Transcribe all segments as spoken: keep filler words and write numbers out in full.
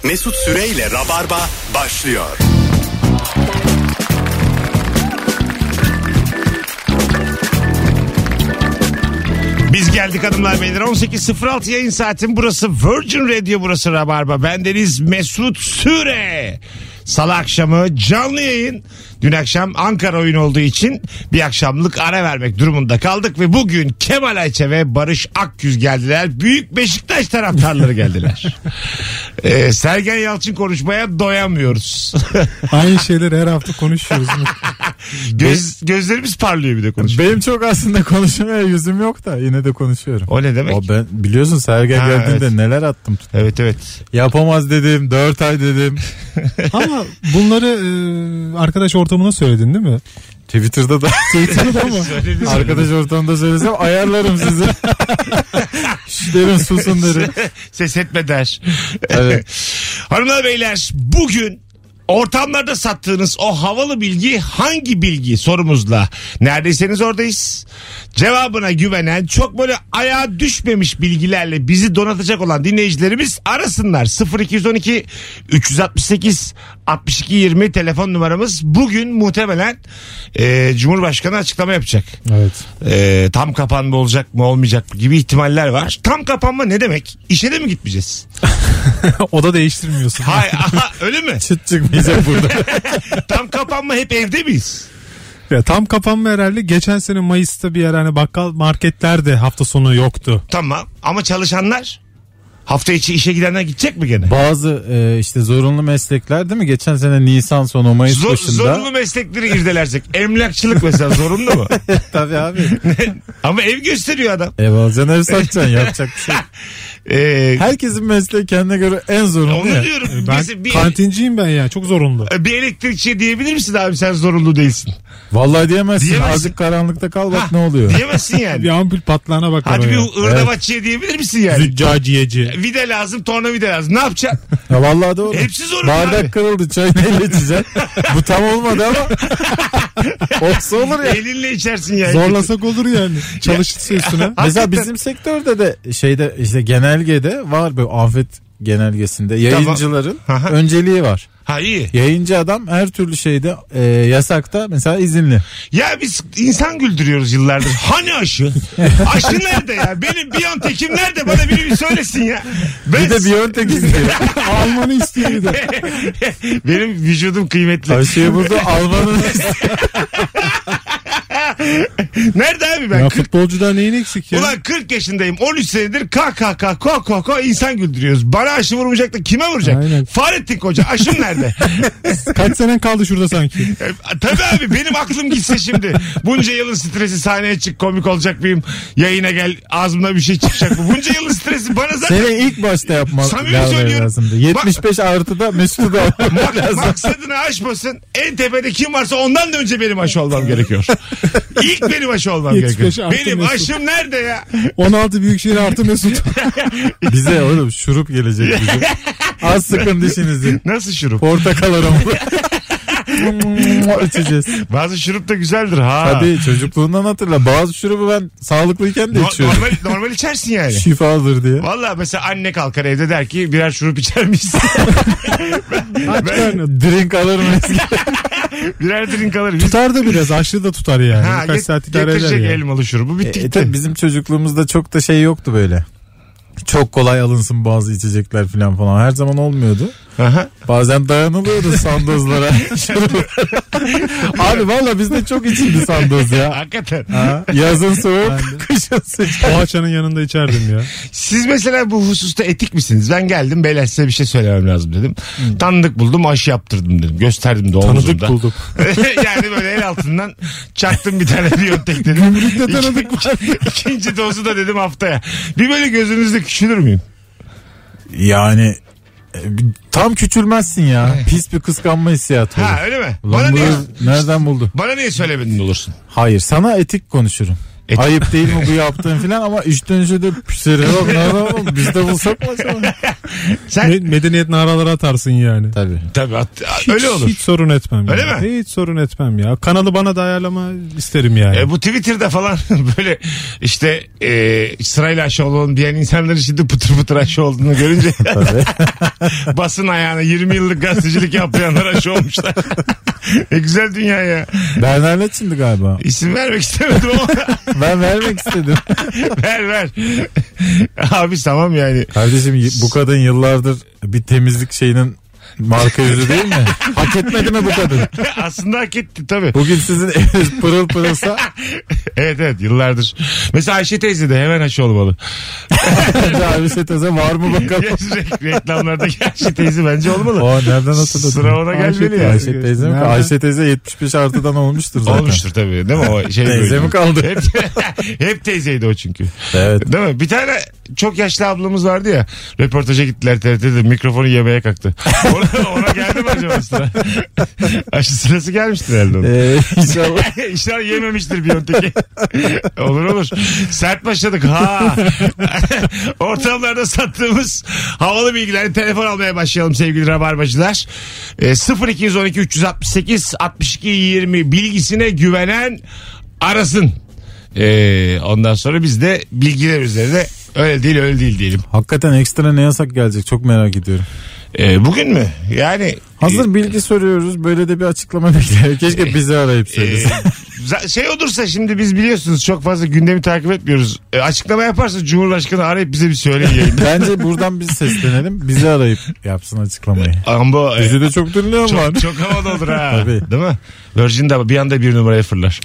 Mesut Süreyle Rabarba başlıyor. Biz geldik hanımlar beyler. on sekiz sıfır altı yayın saatim. Burası Virgin Radio, burası Rabarba. Bendeniz Mesut Süre. Salı akşamı canlı yayın. Dün akşam Ankara oyunu olduğu için bir akşamlık ara vermek durumunda kaldık ve bugün Kemal Ayça ve Barış Akyüz geldiler. Büyük Beşiktaş taraftarları geldiler. ee, Sergen Yalçın konuşmaya doyamıyoruz. Aynı şeyleri her hafta konuşuyoruz. Göz, gözlerimiz parlıyor bir de konuşmaya. Benim çok aslında konuşmaya yüzüm yok da yine de konuşuyorum. O ne demek? O ben biliyorsun Sergen ha, geldiğinde evet. Neler attım. Evet evet. Yapamaz dedim, dört ay dedim. Ama bunları e, arkadaş ortamına söyledin değil mi? Twitter'da da. Twitter'da ama. Arkadaş ortamında söylesem ayarlarım sizi. Şş derim, susun derim. Ses etme der. Evet. Hanımlar beyler, bugün ortamlarda sattığınız o havalı bilgi hangi bilgi sorumuzla neredeyseniz oradayız. Cevabına güvenen, çok böyle ayağa düşmemiş bilgilerle bizi donatacak olan dinleyicilerimiz arasınlar. sıfır iki on iki üç altı sekiz altmış iki yirmi telefon numaramız. Bugün muhtemelen e, Cumhurbaşkanı açıklama yapacak. Evet. E, tam kapanma olacak mı olmayacak mı gibi ihtimaller var. Tam kapanma ne demek? İşe de mi gitmeyeceğiz? Oda değiştirmiyorsun. Hayır, aha, öyle mi? Çıt çıkmayacak burada. Tam kapanma hep evde miyiz? Ya, tam kapanma herhalde geçen sene Mayıs'ta bir yer, hani bakkal marketler de hafta sonu yoktu. Tamam ama çalışanlar hafta içi işe gidenler gidecek mi gene? Bazı e, işte zorunlu meslekler değil mi? Geçen sene Nisan sonu Mayıs Zor, başında. Zorunlu meslekleri irdelersek emlakçılık mesela zorunlu mu? Tabii abi. Ama ev gösteriyor adam. Ev alacaksın, ev satacaksın, yapacak bir şey. Ee, Herkesin mesleği kendine göre en zorunlu. Onu ya. diyorum. Ben Mesela bir, kantinciyim ben ya, çok zorunlu. bir elektrikçiye diyebilir misin abi sen zorunlu değilsin? Vallahi diyemezsin. Diyemezsin. Azıcık karanlıkta kal bak Ha, ne oluyor. Diyemezsin yani. Bir ampul patlağına bak. Hadi oraya. bir ırdavatçıya diyebilir misin yani? Züccaciyeci. Vida lazım, tornavida lazım. Ne yapacaksın? Ya vallahi doğru. Hepsi zorunlu Bardak abi. kırıldı, çay neyle içeceksin? Bu tam olmadı ama. Olsa olur ya. Elinle içersin yani. Zorlasak olur yani. Çalışırsa üstüne. Mesela bizim sektörde de şeyde işte genelgede var böyle afet genelgesinde yayıncıların Tamam. önceliği var. Ha iyi. Yayıncı adam her türlü şeyde e, yasakta mesela izinli. Ya biz insan güldürüyoruz yıllardır. Hani aşı? Aşı nerede ya? Benim Biontech'im nerede? Bana biri bir söylesin ya. Ben... Bir de Biontech istiyor. Almanı istiyor bir de. Benim vücudum kıymetli. Aşıyı burada Alman'ın Nerede abi ben? Ya kırk... futbolcuda neyin eksik ya? Ulan kırk yaşındayım. on üç senedir K K K ko ko ko insan güldürüyoruz. Bana aşı vurmayacak da kime vuracak? Aynen. Fahrettin Koca aşım nerede? Kaç senen kaldı şurada sanki? E, tabii abi benim aklım gitse şimdi. Bunca yılın stresi, sahneye çık, komik olacak mıyım? Yayına gel, ağzımda bir şey çıkacak mı? Bunca yılın stresi bana zaten. seni ilk başta yapmak Samimi söylüyorum. lazımdı. yetmiş beş artıda Mesut'u da almak lazım. Maksadını aşmasın. En tepede kim varsa ondan da önce benim aşı olmam gerekiyor. İlk benim aşı olmam gerekiyor. Benim Mesut. aşım nerede ya? on altı Büyükşehir artı Mesut. Bize oğlum şurup gelecek bize. Az sıkın dişinizi. Nasıl şurup? Portakal aromalı. İçeceğiz. Bazı şurup da güzeldir ha. Tabii çocukluğundan hatırla. Bazı şurubu ben sağlıklıyken de No- içiyorum. normal, normal içersin yani. Şifadır diye. Valla mesela anne kalkar evde der ki birer şurup içer miyiz? Aç karnı. Drink alırım eski. Birer drink alır. Biz... Tutar da biraz. Aşırı da tutar yani. Ha, Birkaç get- saat idare eder getirecek yani. elmalı şurubu bitti E, gitti. tabii bizim çocukluğumuzda çok da şey yoktu böyle. Çok kolay alınsın bazı içecekler falan falan. Her zaman olmuyordu. Aha. Bazen dayanılıyordu sandozlara. Abi valla bizde çok içildi sandoz ya. Hakikaten. Ha, yazın soğuk, kışın sıcak. Poğaçanın yanında içerdim ya. Siz mesela bu hususta etik misiniz? Ben geldim beyler size bir şey söylemem lazım dedim. Hmm. Tanıdık buldum, aşı yaptırdım dedim. Gösterdim de omzumda. Tanıdık bulduk. Yani böyle el altından çaktım bir tane Biontech dedim. Gümrükte tanıdık var. İkinci dozu da dedim haftaya. Bir böyle gözünüzde küçülür müyüm? Yani e, tam küçülmezsin ya. Pis bir kıskanma hissiyatı olur. Ha öyle mi? Ulan Bana bunu niye, nereden buldu? bana niye söylemedin olursun? Hayır, sana etik konuşurum. Et- Ayıp değil mi bu yaptığın filan ama içten içe de pişirir. Yok nerede oğlum biz de bulsak mı acaba? Sen Me- medeniyet naraları atarsın yani. Tabii. tabii at- Hiç, öyle olur. Hiç sorun etmem. Öyle ya. mi? Hiç sorun etmem ya. Kanalı bana da ayarlama isterim yani. E, bu Twitter'da falan böyle işte e, sırayla aşı olalım diyen insanların şimdi pıtır pıtır aşı olduğunu görünce basın ayağına yirmi yıllık gazetecilik yapmayanlar aşı olmuşlar. E, güzel dünya ya. Bernard şimdi galiba. İsim vermek istemedim ama Ben vermek istedim. ver ver. Abi tamam yani. Kardeşim bu kadın yıllardır bir temizlik şeyinin marka yüzü değil mi? Hak etmedi mi bu kadın? Aslında hak etti tabii. Bugün sizin eviniz pırıl pırılsa Evet evet yıllardır. Mesela Ayşe teyze de hemen aşı olmalı. Ayşe teyze var mı bakalım? Re- Reklamlardaki Ayşe teyze bence olmalı. O nereden hatırladın? Sıra ona gelmeli ya. Ayşe teyze mi? Nereden? Ayşe teyze yetmiş beş artıdan olmuştur zaten. Olmuştur tabii değil mi? O şey Teyze böyle. mi kaldı? Hep, hep teyzeydi o çünkü. Evet. Değil mi? Bir tane çok yaşlı ablamız vardı ya. Röportaja gittiler T R T'de mikrofonu yemeye kalktı. Ona, ona geldi mi acaba sıra? Aşı sırası gelmiştir herhalde onun. Ee, inşallah. İnşallah yememiştir bir öteki. Olur olur. Sert başladık ha. Ortamlarda sattığımız havalı bilgileri telefon almaya başlayalım sevgili rabarbacılar. E, sıfır iki on iki üç altı sekiz altmış iki yirmi bilgisine güvenen arasın. E, ondan sonra biz de bilgiler üzerine öyle değil öyle değil diyelim. Hakikaten ekstra ne yasak gelecek çok merak ediyorum. E, bugün mü? Yani Hazır bilgi soruyoruz böyle de bir açıklama bekliyor. Keşke bizi arayıp söylesin. Za- şey olursa şimdi biz biliyorsunuz çok fazla gündemi takip etmiyoruz. E, açıklama yaparsa Cumhurbaşkanı arayıp bize bir söyleyin yayında. Bence buradan biz seslenelim. Bizi arayıp yapsın açıklamayı. Ama Bizi de çok dinleyen var. çok, çok havalı olur ha. Tabii. Değil mi? Virgin'de bir anda bir numaraya fırlar.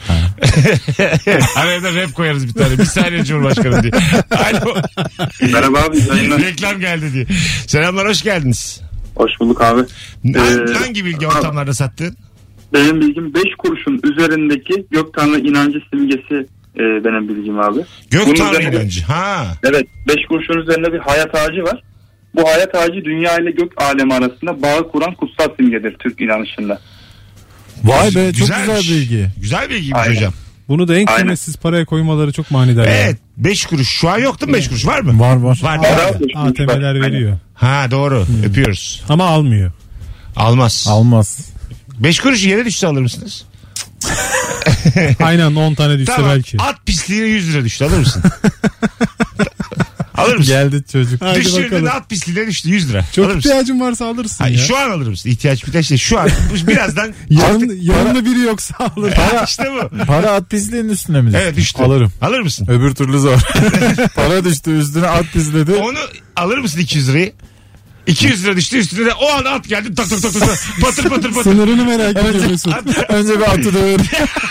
Araya da rap koyarız bir tane. Bir saniye Cumhurbaşkanı diye. Alo. Merhaba abi. Yayınlar. Reklam geldi diye. Selamlar hoş geldiniz. Hoş bulduk abi. Hangi, Ee, hangi bilgi ortamlarda sattın? Benim bilgim beş kuruşun üzerindeki gök tanrı inancı simgesi e, benim bilgim abi. Gök Bunun Tanrı üzerine- inancı. Ha. Evet, beş kuruşun üzerinde bir hayat ağacı var. Bu hayat ağacı dünya ile gök alemi arasında bağ kuran kutsal simgedir Türk inanışında. Vay be çok Güzelmiş. güzel bilgi. Güzel bilgiymiş Aynen. hocam. Bunu da en Aynen. kıymetsiz paraya koymaları çok manidar. yani. Evet. beş kuruş. Şu an yok değil mi beş kuruş? Var mı? Var var. Var. Var var. abi. A T M'ler veriyor. Ha doğru. Öpüyoruz. Ama almıyor. Almaz. Almaz. beş kuruş yere düşse alır mısınız? Aynen on tane düşse Tamam. belki. At pisliğine yüz lira düştü alır mısın? Alır mısın? Geldi çocuk. Hadi Düşürdün bakalım. at pisliğine düştü yüz lira. Çok alır mısın? ihtiyacın varsa alırsın Hayır, ya. şu an alır mısın? İhtiyaç bir değil. Şu an. Birazdan. Yanında, yanında biri yoksa alır. Ha, işte bu. Para at pisliğinin üstüne mi düştü? Evet düştü. Alırım. Alır mısın? Öbür türlü zor. Para düştü üstüne at pisledi. Onu alır mısın iki yüz lirayı? iki yüz lira düştü üstüne de o an at geldi tak tak tak tak tak. patır patır patır. Sınırını merak ediyor Mesut. Önce bir atı döver.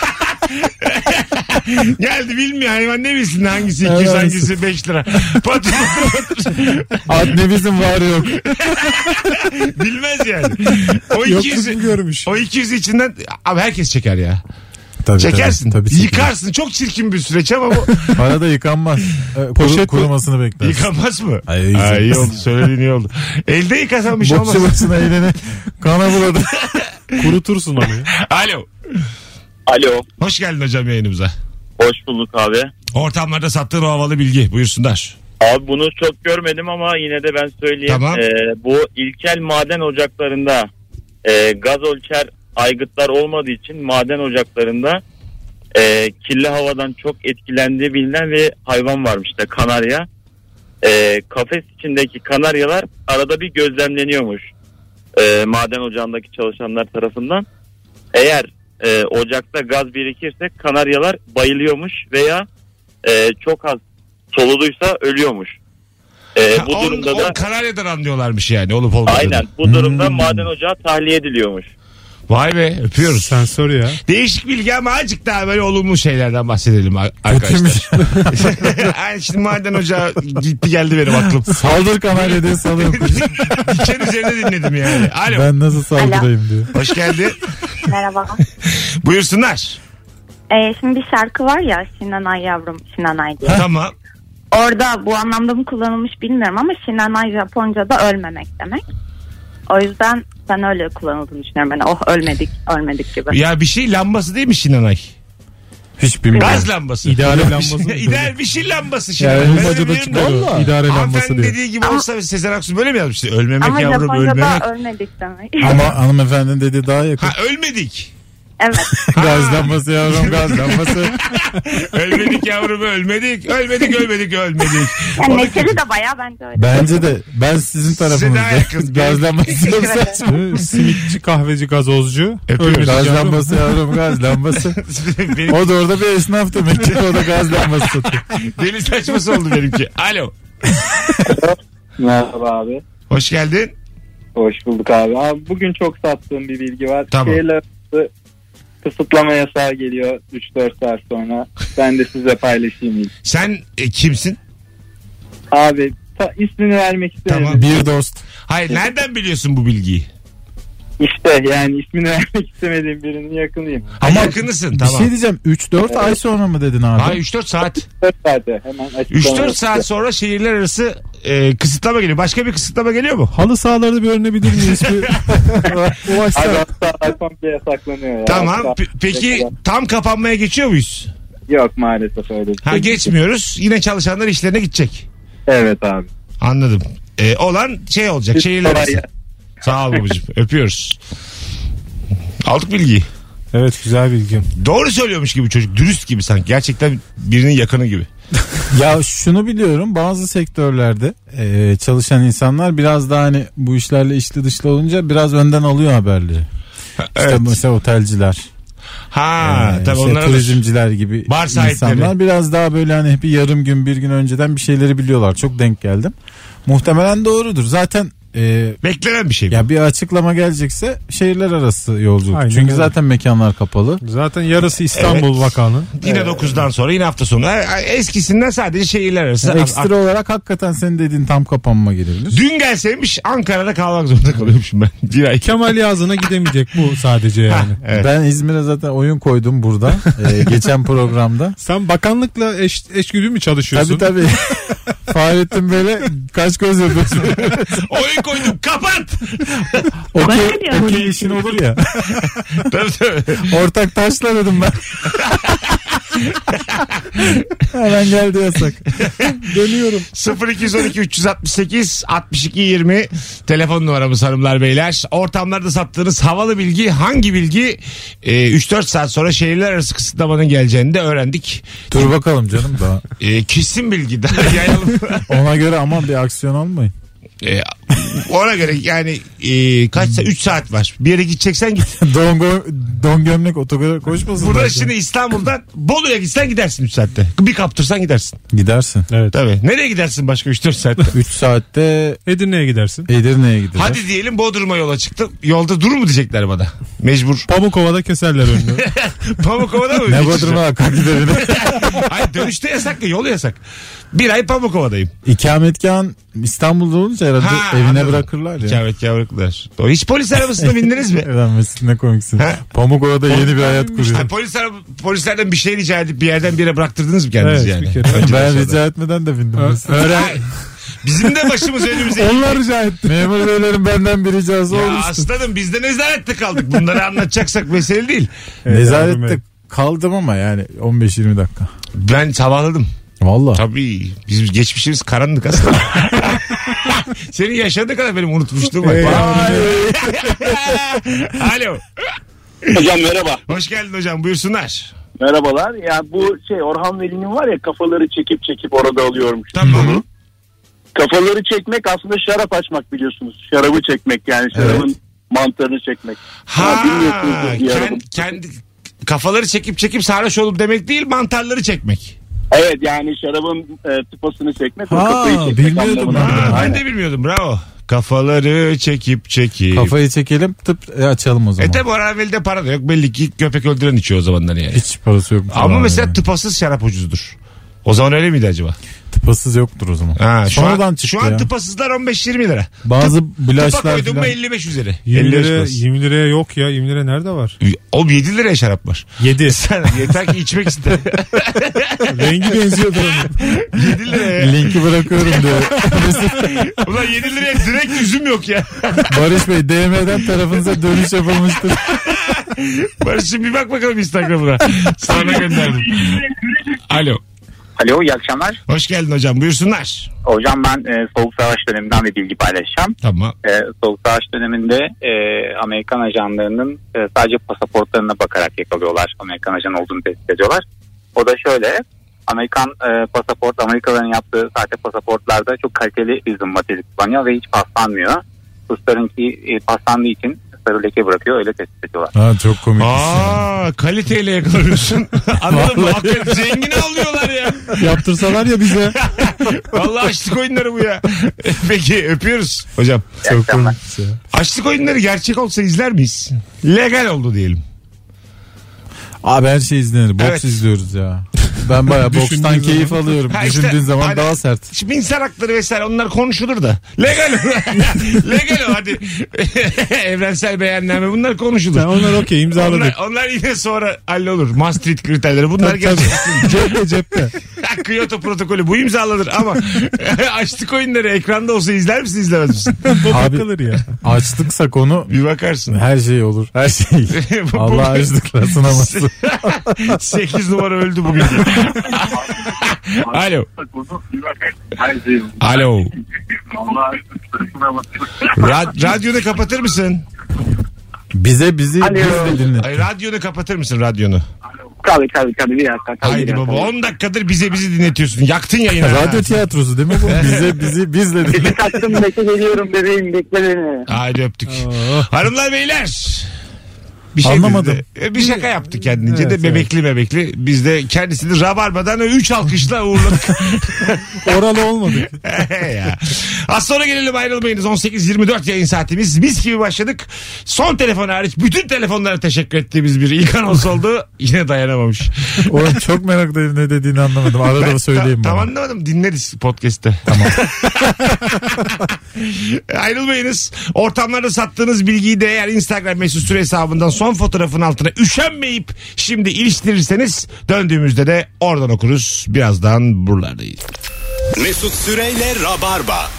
Geldi bilmiyor hayvan ne bilsin hangisi iki yüz Evet. hangisi beş lira. Patır patır patır. At ne bizim var yok. Bilmez yani. O iki yüz, Yokluk görmüş. o iki yüz içinden abi herkes çeker ya. Tabii, Çekersin. Tabii, tabii Yıkarsın. Çok çirkin bir süreç ama bu Para da yıkanmaz. Ee, Poşet kuru, bu- kurumasını bekler. yıkanmaz mı? Ay, Ay, yiyecek. iyi oldu. Söylediğin iyi oldu. Elde yıkasan bir şey olmaz. Boşu boşuna eğleni kana buladı. Kurutursun onu ya. Alo. Alo. Hoş geldin hocam yayınımıza. Hoş bulduk abi. Ortamlarda sattığın o havalı bilgi. Buyursunlar. Abi bunu çok görmedim ama yine de ben söyleyeyim. Tamam. Ee, bu ilkel maden ocaklarında e, gaz ölçer aygıtlar olmadığı için maden ocaklarında e, kirli havadan çok etkilendiği bilinen bir hayvan varmış da kanarya. E, kafes içindeki kanaryalar arada bir gözlemleniyormuş. E, maden ocağındaki çalışanlar tarafından. Eğer e, ocakta gaz birikirse kanaryalar bayılıyormuş veya e, çok az soluduysa ölüyormuş. E, bu Ha, durumda on, da on Kanarya'dan anlıyorlarmış yani olup olmadığını. aynen bu durumda Hmm. maden ocağı tahliye ediliyormuş. Vay be öpüyoruz. Sensör ya. Değişik bilgi ama azıcık daha böyle olumlu şeylerden bahsedelim a- arkadaşlar. Yani şimdi maden ocağı gitti geldi benim aklım. Saldır kanarya diye salırım. Diken üzerine dinledim yani. Alo. Ben nasıl saldırayım diyor. Hoş geldin. Merhaba. Buyursunlar. Ee, şimdi bir şarkı var ya Şinanay yavrum Şinanay diye. Tamam. Orada bu anlamda mı kullanılmış bilmiyorum ama Şinanay Japonca'da ölmemek demek. O yüzden ben öyle kullanıldığını düşünüyorum. Yani oh ölmedik ölmedik gibi. Ya bir şey lambası değil mi Şinanay? Hiç bilmiyorum. Gaz lambası. İdare Bir lambası. şey- İdeal bir şey lambası şimdi. Yani Ben Rumaca'da bilmiyorum çıkıyor. da. Vallahi. İdare lambası Hanımefendi diyor. dediği gibi olsa Sezen Aksu böyle mi yazmıştı? Ölmemek Ama yavrum ölmemek. Japonca'da ölmedik demek. Ama hanımefendinin dediği daha yakın. Ha ölmedik. Evet. Gaz lambası yavrum gaz lambası. Ölmedik yavrum ölmedik. Ölmedik ölmedik ölmedik. Yani neşeli de bayağı bence öyle. Bence de ben sizin Size daha tarafınızda. yakın. Gaz lambası yoksa. Ee, Simitçi, kahveci, gazozcu. Öpüyoruz. Ölmedik Gaz yavrum. lambası yavrum gaz lambası. Benim, O da orada bir esnaf demek ki. O da gaz lambası satıyor. deli saçması oldu benimki. Alo. Merhaba abi. Hoş geldin. Hoş bulduk abi. Abi bugün çok sattığım bir bilgi var. Tamam. Şehirler arası kısıtlama yasağı geliyor üç dört saat sonra. Ben de size paylaşayım. Sen e, kimsin? Abi ta, ismini vermek istemiyorum. Tamam. Bir dost. Hayır nereden biliyorsun bu bilgiyi? İşte yani ismini vermek istemediğim birinin yakınıyım. Ama yakınısın Bir tamam. şey diyeceğim. üç dört ay sonra mı dedin abi? Ha üç dört saat. dört saate hemen açıklama. üç dört yapacağım. saat sonra şehirler arası e, kısıtlama geliyor. Başka bir kısıtlama geliyor mu? Halı sahaları bir öğrenebilir miyiz? Bir... Abi Ulaşsa. hatta komple yasaklanıyor ya. Tamam. Hatta- Pe- peki tam kapanmaya geçiyor muyuz? Yok maalesef öyle. bir Ha şey. geçmiyoruz. Yine çalışanlar işlerine gidecek. Evet abi. Anladım. E, olan şey olacak. Şehirler Kolay arası. gelsin. Sağ ol babacığım. Öpüyoruz. Aldık bilgiyi. Evet güzel bilgi. Doğru söylüyormuş gibi çocuk. Dürüst gibi sanki. Gerçekten birinin yakını gibi. Ya şunu biliyorum, bazı sektörlerde e, çalışan insanlar biraz daha hani bu işlerle içli dışlı olunca biraz önden alıyor haberleri. İşte Evet. mesela otelciler, Ha e, tabii işte onlara da- turizmciler gibi Bar sahipleri. insanlar biraz daha böyle hani bir yarım gün bir gün önceden bir şeyleri biliyorlar. Çok denk geldim. Muhtemelen doğrudur. Zaten e, beklenen bir şey. ya bir açıklama gelecekse şehirler arası yolculuk. Aynen Çünkü öyle. zaten mekanlar kapalı. Zaten yarısı İstanbul Evet. vakanın. Yine dokuzdan sonra yine hafta sonu. Ha, Eskisinden sadece şehirler arası. Ekstra olarak hakikaten senin dediğin tam kapanma gelebilir. Dün gelseymiş Ankara'da kalmak zorunda kalıyormuşum ben. Bir ay. Kemal Yazı'na gidemeyecek bu sadece yani. Evet. Ben İzmir'e zaten oyun koydum burada. Ee, geçen programda. Sen bakanlıkla eş, eşgüdü mü çalışıyorsun? Tabii tabii. Fahrettin böyle kaç göz yapıyorsun. Oyun koydum kapat. Okey, okey işin olur ya. Tabii tabii. Ortak taşla dedim ben. Hemen geldi yasak. Dönüyorum. sıfır iki on iki üç altı sekiz altmış iki yirmi telefon numaramız hanımlar beyler. Ortamlarda sattığınız havalı bilgi hangi bilgi? Ee, üç dört saat sonra şehirler arası kısıtlamanın geleceğini de öğrendik. Dur bakalım canım daha. Ee, kesin bilgi daha yayalım. Ona göre aman bir aksiyon almayın. Ee, ona göre yani e, kaç saat? üç saat var. Bir yere gideceksen git. Don, go- don gömlek otogara koşmasın. Burada zaten. şimdi İstanbul'dan Bolu'ya gitsen gidersin üç saatte. Bir kaptırsan gidersin. Gidersin. Evet. Tabii. Nereye gidersin başka üç dört saatte? üç saatte Edirne'ye gidersin. Edirne'ye gideceğiz. Hadi diyelim Bodrum'a yola çıktım. Yolda dur mu diyecekler bana? Mecbur. Pamukova'da keserler önünü. Pamukova'da mı? Ne Geçeceğim? Bodrum'a akar gidelim. Hayır dönüşte yasak ya yol yasak. Bir ay Pamukova'dayım. İkametgahın İstanbul'da olunca herhalde Ha, evine anladım. bırakırlar ya. İkamet bırakırlar. O hiç polis arabasına bindiniz mi? Eren Mesut ne komiksin. Ha? Pamukova'da yeni bir hayat İşte kuruyor. polis araba, polislerden bir şey rica edip bir yerden bir yere bıraktırdınız mı kendiniz Evet, yani? bir kere. Önceden Ben sonra. rica etmeden de bindim. Mesut. Öğren. Ay, Bizim de başımız önümüze. Onlar rica etti. Memur beylerin benden bir ricası Ya olmuştu. aslanım biz de nezarette kaldık. Bunları anlatacaksak mesele değil. Evet, Nezarette yavrum, kaldım ama yani on beş yirmi dakika. Ben sabahladım. Valla. Tabii. Bizim geçmişimiz karanlık aslında. Senin yaşadığın kadar benim unutmuşluğum var. Alo. Hocam merhaba. Hoş geldin hocam. Buyursunlar. Merhabalar. Ya bu şey Orhan Veli'nin var ya kafaları çekip çekip orada alıyormuş. Tamam. Kafaları çekmek aslında şarap açmak biliyorsunuz. Şarabı çekmek yani şarabın mantarını çekmek. Ha, bilmiyorsunuzdur diye aradım. kendi, kendi kafaları çekip çekip sarhoş olup demek değil, mantarları çekmek. Evet yani şarabın e, tıpasını çekmek. o Ha, kafayı çekmek bilmiyordum anlamına ben. geliyor. Ha, ben Aynen. de bilmiyordum. Bravo. Kafaları çekip çekip. Kafayı çekelim tıp e, açalım o zaman. E tabi Orhan Veli'de para da yok. Belli ki köpek öldüren içiyor o zamanlar yani. Hiç parası yok. Ama mesela tıpasız şarap ucuzdur. O zaman öyle miydi acaba? tıpasız yoktur o zaman. Ha, şu Sonradan an, çıktı şu an ya. tıpasızlar on beş yirmi lira. Bazı Tıpa blaşlar koydun mu falan. elli beş üzeri. yirmi elli beş liraya, plus. yirmi liraya yok ya. yirmi liraya nerede var? O yedi liraya şarap var. yedi. Sen yeter ki içmek iste. Rengi benziyordur onun. yedi liraya. Linki bırakıyorum diyor. Ulan yedi liraya direkt üzüm yok ya. Barış Bey D M'den tarafınıza dönüş yapılmıştır. Barış'cığım bir bak bakalım Instagram'ına. Sana gönderdim. Alo. Alo, iyi akşamlar. Hoş geldin hocam, buyursunlar. Hocam ben e, Soğuk Savaş döneminden bir bilgi paylaşacağım. Tamam. E, Soğuk Savaş döneminde e, Amerikan ajanlarının e, sadece pasaportlarına bakarak yakalıyorlar. Amerikan ajan olduğunu tespit ediyorlar. O da şöyle, Amerikan e, pasaport, Amerikalıların yaptığı sahte pasaportlarda çok kaliteli bir zımbateli kullanıyor ve hiç paslanmıyor. Ruslarınki e, paslandığı için sarı leke bırakıyor, öyle tespit ediyorlar. Ha, çok komik. Aa, kaliteyle yakalıyorsun. Anladın mı? Hakikaten zengini alıyorlar ya. Yaptırsalar ya bize. Vallahi açlık oyunları bu ya. Peki öpüyoruz hocam. Çok komik ya. Açlık oyunları gerçek olsa izler miyiz? Legal oldu diyelim. Abi her şey izlenir. Boks Evet. izliyoruz ya. Ben bayağı bokstan keyif alıyorum. Ha işte, Düşündüğün zaman hani, daha sert. Şimdi insan hakları vesaire onlar konuşulur da. Legal o. Legal o hadi. Evrensel beyanname bunlar konuşulur. Sen onlar okey imzaladık. Onlar, onlar yine sonra hallolur. Maastricht kriterleri bunlar Tabii, gerçek. cepte cepte. Kyoto protokolü bu imzalanır ama açlık oyunları ekranda olsa izler misin izlemez misin? Abi Kalır ya. açlıksa konu Bir bakarsın. her şey olur. Her şey. Bu- Allah bu- açlıkla sınamasın. sekiz numara öldü bugün. Alo. Alo. Ra- radyonu kapatır mısın? Bize bizi Alo. biz de dinle. Ay, radyonu kapatır mısın radyonu? Tabii tabii tabii bir dakika. Tabii, Haydi bir dakika. baba on dakikadır bize bizi dinletiyorsun. Yaktın yayını. ha. Radyo tiyatrosu değil mi bu? Bize bizi bizle dinle. Bir taktım bekle geliyorum bebeğim bekle beni. Haydi öptük. Oh. Hanımlar beyler. Bir şey Anlamadım. dedi. E, Bir şaka yaptı kendince Evet, de bebekli bebekli. Biz de kendisini Rabarba'dan üç alkışla uğurladık. Oralı olmadık. Ya. Az sonra gelelim ayrılmayınız. on sekiz yirmi dört yayın saatimiz. Biz gibi başladık. Son telefon hariç bütün telefonlara teşekkür ettiğimiz bir ilk anons oldu. Yine dayanamamış. Oğlum çok meraklıyım ne dediğini anlamadım. Arada Ben- söyleyeyim ta- bana. Tam anlamadım. Dinleriz podcast'te. Tamam. Ayrılmayınız. Ortamlarda sattığınız bilgiyi de eğer Instagram mesut süre hesabından son fotoğrafın altına üşenmeyip şimdi iliştirirseniz döndüğümüzde de oradan okuruz. Birazdan buralardayız. Mesut Süreyle Rabarba.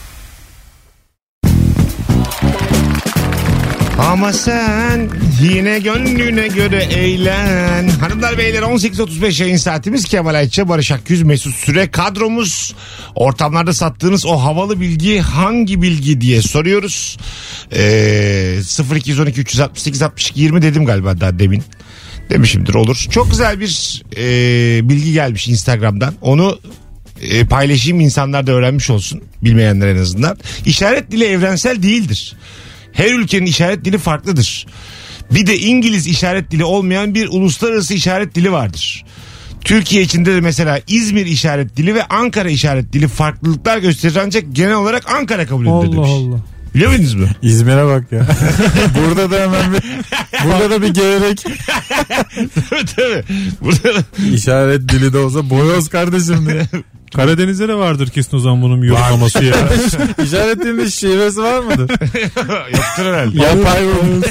Ama sen yine gönlüne göre eğlen. Hanımlar beyler on sekiz otuz beş yayın saatimiz. Kemal Ayça, Barış Akgüz, Mesut Süre kadromuz. Ortamlarda sattığınız o havalı bilgi hangi bilgi diye soruyoruz. Ee, sıfır iki on iki üç altı sekiz altmış iki yirmi dedim galiba daha demin. Demişimdir, olur. Çok güzel bir e, bilgi gelmiş Instagram'dan. Onu e, paylaşayım, insanlar da öğrenmiş olsun. Bilmeyenler en azından. İşaret dili evrensel değildir. Her ülkenin işaret dili farklıdır. Bir de İngiliz işaret dili olmayan bir uluslararası işaret dili vardır. Türkiye içinde de mesela İzmir işaret dili ve Ankara işaret dili farklılıklar gösterir ancak genel olarak Ankara kabul edilir Allah demiş. Allah. Biliyor muydunuz mu? İzmir'e bak ya. Burada da hemen bir burada da bir gevrek tabii tabii. Burada da... işaret dili de olsa boyoz kardeşim diye. Karadeniz'de de vardır kesin o zaman bunun yorumlaması ya. İşaret dilinin şivesi var mıdır? Yoktur herhalde. Yapayım.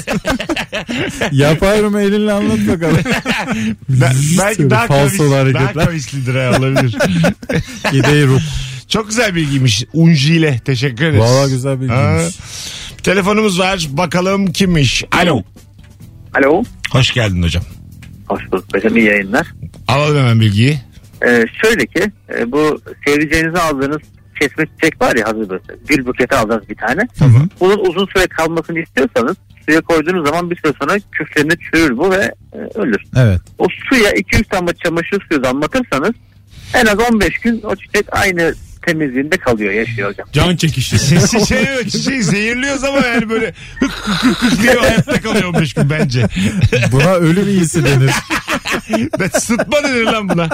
Yapayım elinle anlat bakalım. Ben, belki daha kavis, Falsolu daha hareketler. kavislidir ha, olabilir. İdeyi ruh. Çok güzel bilgiymiş. Unjile. Teşekkür ederiz. Valla güzel bilgiymiş. Ha. Telefonumuz var. Bakalım kimmiş? Alo. Alo. Hoş geldin hocam. Hoş bulduk hocam, iyi yayınlar. Alalım hemen bilgiyi. Ee, şöyle ki e, bu sevdiceğinize aldığınız kesme çiçek var ya, hazır böyle. Gül buketi aldınız bir tane. Tamam. Bunun uzun süre kalmasını istiyorsanız suya koyduğunuz zaman bir süre sonra küflerine çürür bu ve e, ölür. Evet. O suya iki üç damla çamaşır suyu damlatırsanız en az on beş gün o çiçek aynı temizliğinde kalıyor, yaşıyor hocam. Can çekişi. Sesi şey, şey zehirliyoruz ama yani böyle hık hık hık hık diye hayatta kalıyor on beş gün bence. Buna ölüm iyisi denir. Ben sıtma denir lan buna.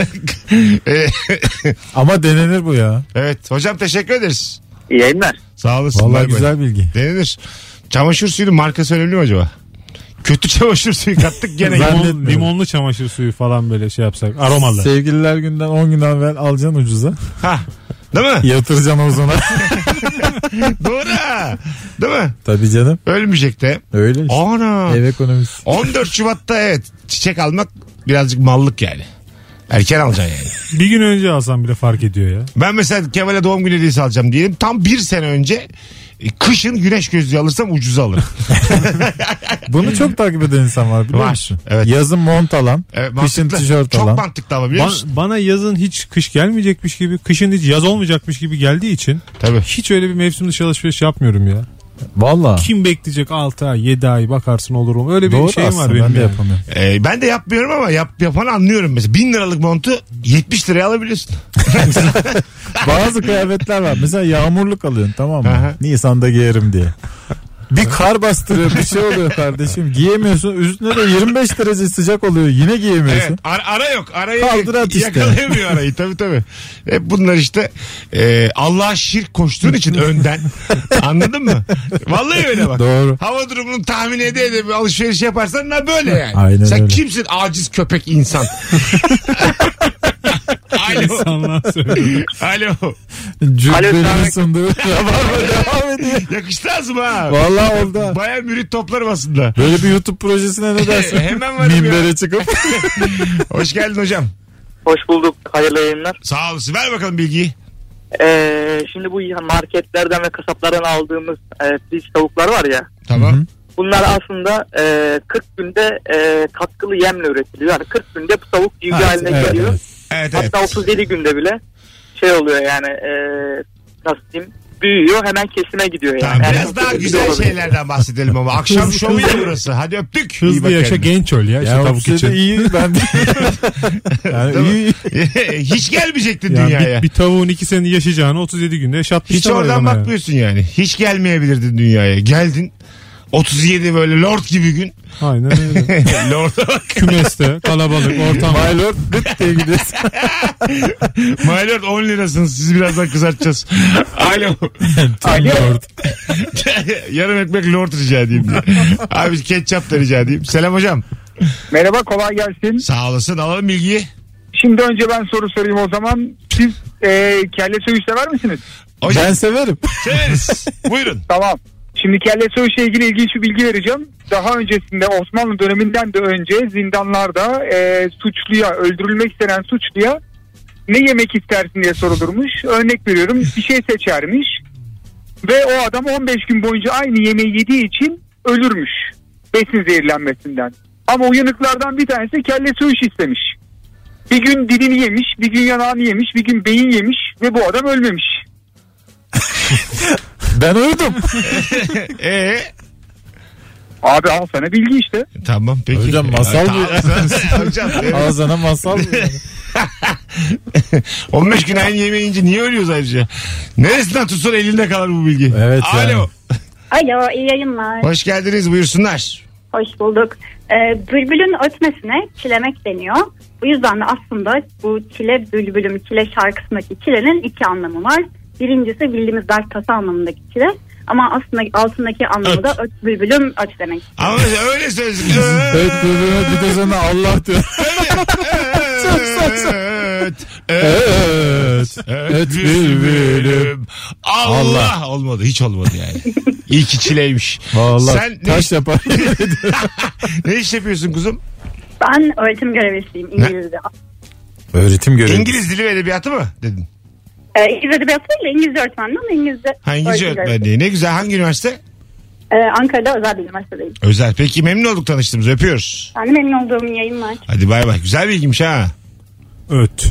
Ee, Ama denenir bu ya. evet hocam, teşekkür ederiz. İyi yayınlar. Sağ olasın. Vallahi Bay bay. güzel bilgi. Denilir. Çamaşır suyunun markası önemli mi acaba? Kötü çamaşır suyu kattık gene. Ben- Limon, limonlu çamaşır suyu falan böyle şey yapsak. Aromalı. Sevgililer günden on gün evvel alacaksın ucuza. Ha. Değil mi? Yatıracaksın ozona. Doğru ha. Değil mi? Tabii canım. Ölmeyecek de. Öyle işte. Ana. Ev ekonomisi. on dört Şubat'ta evet çiçek almak birazcık mallık yani. Erken alacaksın yani. Bir gün önce alsam bile fark ediyor ya. Ben mesela Kemal'e doğum günü hediyesi alacağım diyelim. Tam bir sene önce E, kışın güneş gözlüğü alırsam ucuza alırım. Bunu çok takip eden insan var biliyor Var, musun? evet. Yazın mont alan, Evet, kışın mantıklı. tişört Çok alan. mantıklı ama biliyor Ba- musun? bana yazın hiç kış gelmeyecekmiş gibi, kışın hiç yaz olmayacakmış gibi geldiği için Tabii. hiç öyle bir mevsim dışı alışveriş yapmıyorum ya. Valla. Kim bekleyecek altı ay yedi ay bakarsın olur mu? Öyle bir Doğru şeyim aslında, var benim. ben de yani. yapamıyorum. Ee, ben de yapmıyorum ama yap, yapanı anlıyorum mesela. Bin liralık montu yetmiş liraya alabiliyorsun. Bazı kıyafetler var. Mesela yağmurluk alıyorsun, tamam mı? Aha. Nisan'da giyerim diye. Bir kar bastırıyor, bir şey oluyor kardeşim. Giyemiyorsun. Üstüne de yirmi beş derece sıcak oluyor. Yine giyemiyorsun. Evet, ara, ara yok. Arayı Kaldır at işte. yakalayamıyor arayı. Tabii tabii. Hep bunlar işte e, Allah'a şirk koştuğun için önden. Anladın mı? Vallahi öyle bak. Doğru. Hava durumunu tahmin ede ede bir alışveriş yaparsan ne böyle yani. Aynen Sen öyle. kimsin aciz köpek insan? Alo. İnsanlar söylüyor. Alo. Cübbelini sunduğu. Devam ediyor. Yakıştı ağzıma ha. Vallahi oldu. ha. Baya mürit toplarım aslında. Böyle bir YouTube projesine ne dersin? Hemen varım ya. Minbere çıkıp. Hoş geldin hocam. Hoş bulduk. Hayırlı yayınlar. Sağ olasın. Ver bakalım bilgiyi. Ee, şimdi bu marketlerden ve kasaplardan aldığımız e, pirinç tavuklar var ya. Tamam. Bunlar aslında e, kırk günde e, katkılı yemle üretiliyor. Yani kırk günde bu tavuk civciv Ha, haline evet, geliyor. evet. Evet evet. Hatta otuz yedi günde bile şey oluyor yani e, nasıl diyeyim, büyüyor, hemen kesime gidiyor yani. Tamam, Yani biraz daha otuz yedi güzel olabilir. şeylerden bahsedelim ama. Akşam şovu ya burası. Hadi öptük. İyi Hızlı bak yaşa kendine. genç öl ya, işte Ya tavuk için. iyi ben de. Yani Değil iyi. Hiç gelmeyecektin Yani dünyaya. bir, bir tavuğun iki sene yaşayacağını otuz yedi günde yaşatmışlar. Hiç oradan hayvana ya. bakmıyorsun yani. Hiç gelmeyebilirdin dünyaya. Geldin. otuz yedi böyle lord gibi gün. Aynen öyle. Lord'a bak. Kümeste kalabalık ortam. My Lord gıt diye gidiyorsun. My lord on lirasınız. Sizi birazdan kızartacağız. Alo. Lord. Yarım ekmek lord rica edeyim diye. Abi ketçap da rica edeyim. Selam hocam. Merhaba, kolay gelsin. Sağ olasın. Alalım bilgiyi. Şimdi önce ben soru sorayım o zaman. Siz e, kelle söğüş sever misiniz? Hocam Ben severim. severiz. Buyurun. Tamam. Şimdi kelle söğüşle ilgili ilginç bir bilgi vereceğim. Daha öncesinde Osmanlı döneminden de önce zindanlarda e, suçluya, öldürülmek istenen suçluya ne yemek istersin diye sorulurmuş. Örnek veriyorum, bir şey seçermiş. Ve o adam on beş gün boyunca aynı yemeği yediği için ölürmüş. Besin zehirlenmesinden. Ama uyanıklardan bir tanesi kelle söğüş istemiş. Bir gün dilini yemiş, bir gün yanağını yemiş, bir gün beyin yemiş ve bu adam ölmemiş. Ben uyudum. Eee? Abi al sana bilgi işte. Tamam peki. Hocam masal Tamam, bu. hocam. Evet. Ağzına masal mı? on beş gün aynı yemeği yiyince niye ölüyoruz ayrıca? Neresinden tutsun elinde kalır bu bilgi. Evet Alo. yani. Alo, iyi yayınlar. Hoş geldiniz, buyursunlar. Hoş bulduk. Ee, bülbülün ötmesine çilemek deniyor. Bu yüzden de aslında bu çile bülbülüm çile şarkısındaki çilenin iki anlamı var. Birincisi bildiğimiz dert tasa anlamındaki çile. Ama aslında altındaki anlamı da öt bülbülüm öt demek. Ama öyle sözlük. Evet birbirine bir de sana Allah diyor. Evet. Evet. Evet bülbülüm. Allah. Olmadı, hiç olmadı yani. İyi ki çileymiş. Vallahi Sen ne, taş yapar. ne iş yapıyorsun kuzum? Ben öğretim görevlisiyim İngilizce. Öğretim görevi. İngiliz dili ve edebiyatı mı dedin? Ee, İngiliz edebiyatı ile İngilizce öğretmenliğim ama İngilizce. Ha, İngilizce öğretim öğretmenliği. Ne güzel. Hangi üniversite? Ee, Ankara'da özel bir üniversitedeyim. Özel. Peki memnun olduk tanıştığımız. Öpüyoruz. Ben de memnun olduğum yayınlar. Hadi bay bay. Güzel bilgiymiş ha. Öt.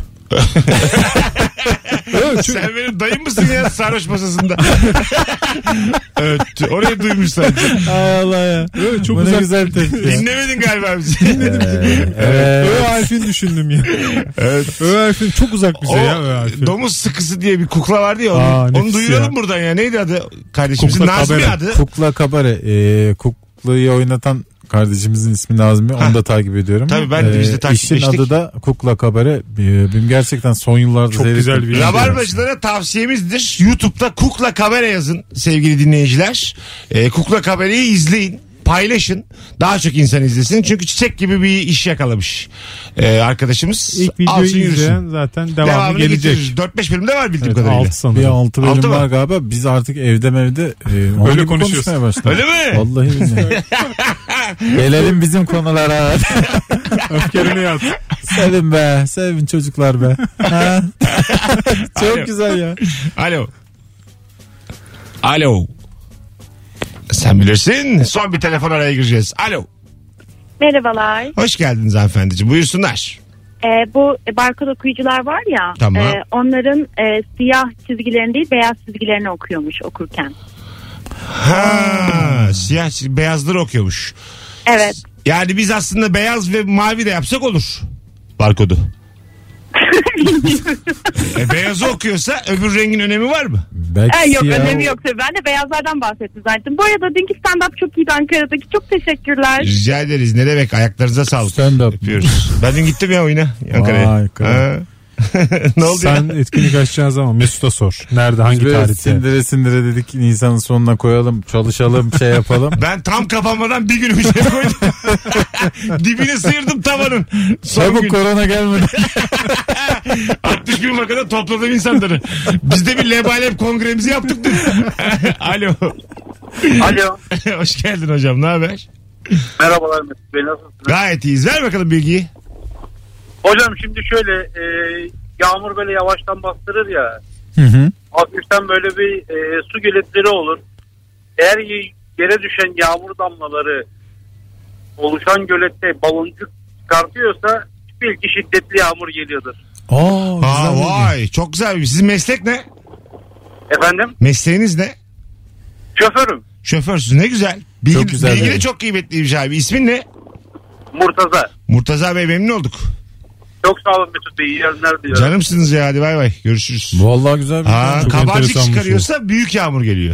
Sen benim dayım mısın ya sarhoş masasında? Evet. Orayı duymuş sadece. Ay Allah ya. Evet, çok Bu ne uzak. güzel tespit. Dinlemedin galiba bizi. Dinledim. Evet. Ö harfini düşündüm ya. Evet. Ö harfin çok uzak bize ya Ö harfi. O domuz sıkısı diye bir kukla vardı ya. Onu, Aa, onu nefis duyuralım ya. buradan ya. Neydi adı kardeşimizin? Kukla Nazmi Kabare. adı. Kukla Kabare. Ee, Kukla'yı oynatan kardeşimizin ismi Nazmi. Onu da takip ediyorum. Tabii ben de biz de İşin takipleştik. adı da Kukla Kabare. Ee, Benim gerçekten son yıllarda Çok seyrettim. güzel bir iş. Rabarbacılara tavsiyemizdir. YouTube'da Kukla Kabare yazın sevgili dinleyiciler. Ee, Kukla Kabare'yi izleyin. Paylaşın. Daha çok insan izlesin. Çünkü çiçek gibi bir iş yakalamış ee, arkadaşımız. İlk videoyu Alsın yürüsün. izleyen zaten devamı Devamını gelecek. getirir. dört beş bölümde var bildiğim Evet, kadarıyla. altı Bir sanırım. altı bölüm Altı mı? var galiba. Biz artık evde mevde e, onun Öyle gibi konuşuyoruz. konuşmaya başladık. Öyle mi? Vallahi billahi. Gelelim bizim konulara. Öfkelerini yaz. Sevin be. Sevin çocuklar be. Ha? Çok Alo. güzel ya. Alo. Alo. Sen bilirsin. Son bir telefon araya gireceğiz. Alo. Merhabalar. Hoş geldiniz hanımefendiciğim. Buyursunlar. Ee, bu barkod okuyucular var ya. Tamam. E, onların e, siyah çizgilerini değil beyaz çizgilerini okuyormuş okurken. Ha, siyah çizgi, beyazları okuyormuş. Evet. Yani biz aslında beyaz ve mavi de yapsak olur. Barkodu. e, beyazı okuyorsa öbür rengin önemi var mı? Belki Ee, yok siyah- önemi yok tabii. Ben de beyazlardan bahsettim zaten. Bu arada dünkü stand-up çok iyiydi Ankara'daki. Çok teşekkürler. Rica ederiz. Ne demek? Ayaklarınıza sağlık. Stand-up. Yapıyoruz. Ben dün gittim ya oyuna Ankara'ya. Vay, kral. Ha. Ne oldu Sen ya? etkinlik açacağın zaman Mesut'a sor. Nerede, hangi Biz böyle tarihte? sindire sindire dedik Nisan'ın sonuna koyalım, çalışalım, şey yapalım. Ben tam kapanmadan bir gün önce koydum. Dibini sıyırdım tavanın. Son Çabuk gün. korona gelmedi. altmış gün vakada topladım insanları. Biz de bir lebalep kongremizi yaptık dün. Alo. Alo. Hoş geldin hocam. Ne haber? Merhabalar Mesut Bey, nasılsınız? Gayet iyiyiz. Ver bakalım bilgiyi. Hocam şimdi şöyle e, yağmur böyle yavaştan bastırır ya. Hı hı. Hafiften böyle bir e, su göletleri olur. Eğer yere düşen yağmur damlaları oluşan gölette baloncuk çıkartıyorsa belki şiddetli yağmur geliyordur. Aa, Aa, güzel bilgi. vay. Çok güzel. Sizin meslek ne? Efendim? Mesleğiniz ne? Şoförüm. Şoförsünüz. Ne güzel. Bilgi, Çok güzel, bilgi de evet. çok kıymetliymiş abi. İsmin ne? Murtaza. Murtaza Bey, memnun olduk. Çok sağ olun Mesut Bey. İyi yayınlar diliyorum. Canımsınız ya, hadi bay bay. Görüşürüz. Vallahi güzel bir Ha, Çok kabarcık enteresanmış çıkarıyorsa büyük yağmur geliyor.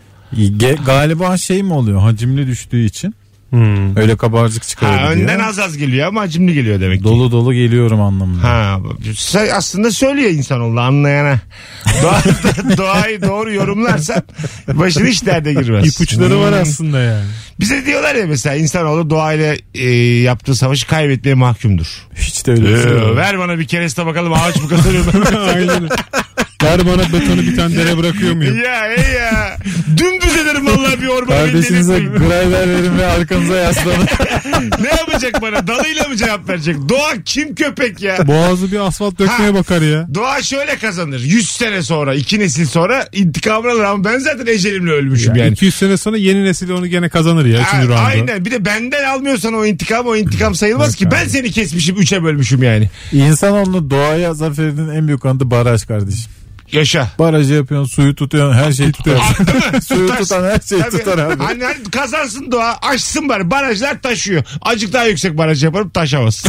Ge- galiba şey mi oluyor? Hacimli düştüğü için. Hmm. Öyle kabarcık Ha, çıkarıyor. önden az az geliyor ama hacimli geliyor demek ki. Dolu dolu geliyorum anlamında. Ha, sen aslında söylüyor insanoğlu anlayana. Doğa, doğayı doğru yorumlarsan başın hiç derde girmez. İpuçları var Hmm. aslında yani. Bize diyorlar ya mesela insanoğlu doğayla e, yaptığı savaşı kaybetmeye mahkumdur. Hiç de öyle bir şey Ee, yok. ver bana bir kereste bakalım ağaç mı kazanıyor? Aynen. Ver bana betonu bir tane dere bırakıyor muyum? ya ey ya. Dümdüz ederim vallahi bir ormanı. Kardeşinize beni grayver verin ve arkanıza yaslanın. ne yapacak bana? Dalıyla mı cevap verecek? Doğa kim köpek ya? Boğazı bir asfalt dökmeye Ha. bakar ya. Doğa şöyle kazanır. yüz sene sonra, iki nesil sonra intikamını alır ama ben zaten ecelimle ölmüşüm Yani yani. iki yüz sene sonra yeni nesil onu gene kazanır ya. Ha, Üçüncü rounda. aynen. Bir de benden almıyorsan o intikam, o intikam sayılmaz ki. Ben seni kesmişim, üçe bölmüşüm yani. İnsanoğlu doğaya zaferinin en büyük anıtı baraj kardeşim. Yaşa. Barajı yapıyorsun, suyu tutuyorsun, her şeyi tutuyorsun. Attı mı? Suyu Tutarsın. tutan her şeyi Tabii. tutar abi. Hani, hani kazansın doğa, açsın bari. Barajlar taşıyor. Azıcık daha yüksek baraj yaparım, taşamaz.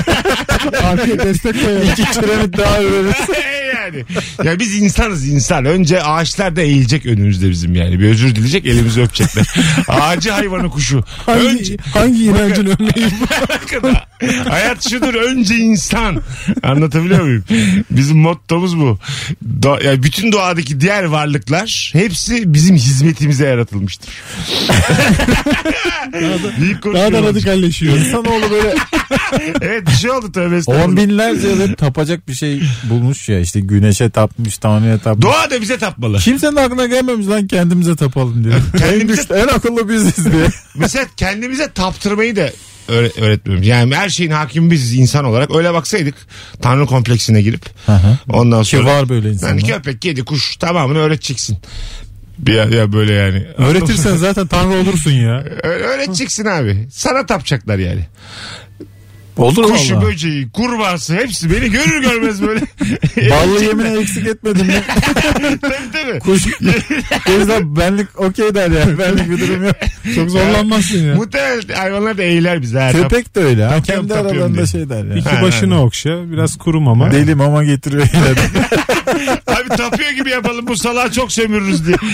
Arkaya destek koyalım. İki kiremit daha öreriz. yani. Ya biz insanız insan. Önce ağaçlar da eğilecek önümüzde bizim yani. Bir özür dileyecek, elimizi öpecekler. Ağacı, hayvanı, kuşu. Hangi, Önce... hangi inancın örneği bu? Bakın, hayat şudur, önce insan. Anlatabiliyor muyum? Bizim mottomuz bu. Do- yani bütün doğadaki diğer varlıklar hepsi bizim hizmetimize yaratılmıştır. Büyük Daha da konuşuyoruz. radikalleşiyor. İnsanoğlu böyle Evet, bir şey oldu tövbe estağfurullah. on binlerce yıldır tapacak bir şey bulmuş ya, işte güneşe tapmış, tanrıya tapmış. Doğa da bize tapmalı. Kimsenin aklına gelmemiş lan kendimize tapalım diyor. en, Kendimize- güçlü, en akıllı biziz diye. Mesela kendimize taptırmayı da öğre- öğretmiyoruz. Yani her şeyin hakimi biziz insan olarak. Öyle baksaydık Tanrı kompleksine girip ondan Ki sonra var böyle insanlar. yani köpek, kedi, kuş tamamını öğreteceksin. Bir ya, ya böyle yani. Öğretirsen zaten tanrı olursun ya. Ö- öğreteceksin abi. Sana tapacaklar yani. Olur Kuşu, valla. böceği, kurbağası hepsi beni görür görmez böyle. Ballı yemine eksik etmedim mi? Tabii tabii. Kuş, o yüzden benlik okey der yani. Benlik bir durum yok. Çok zorlanmazsın ya. Muhtemelen hayvanlar da eğiler bize. ha. Köpek de öyle. Ha, Tapıyorum, kendi tapıyorum aralarında diye. şey der yani. İki Ha, başını okşa. Biraz kurum ama. Deli mama getiriyor yine de. Abi tapıyor gibi yapalım, bu salağı çok sömürürüz diye.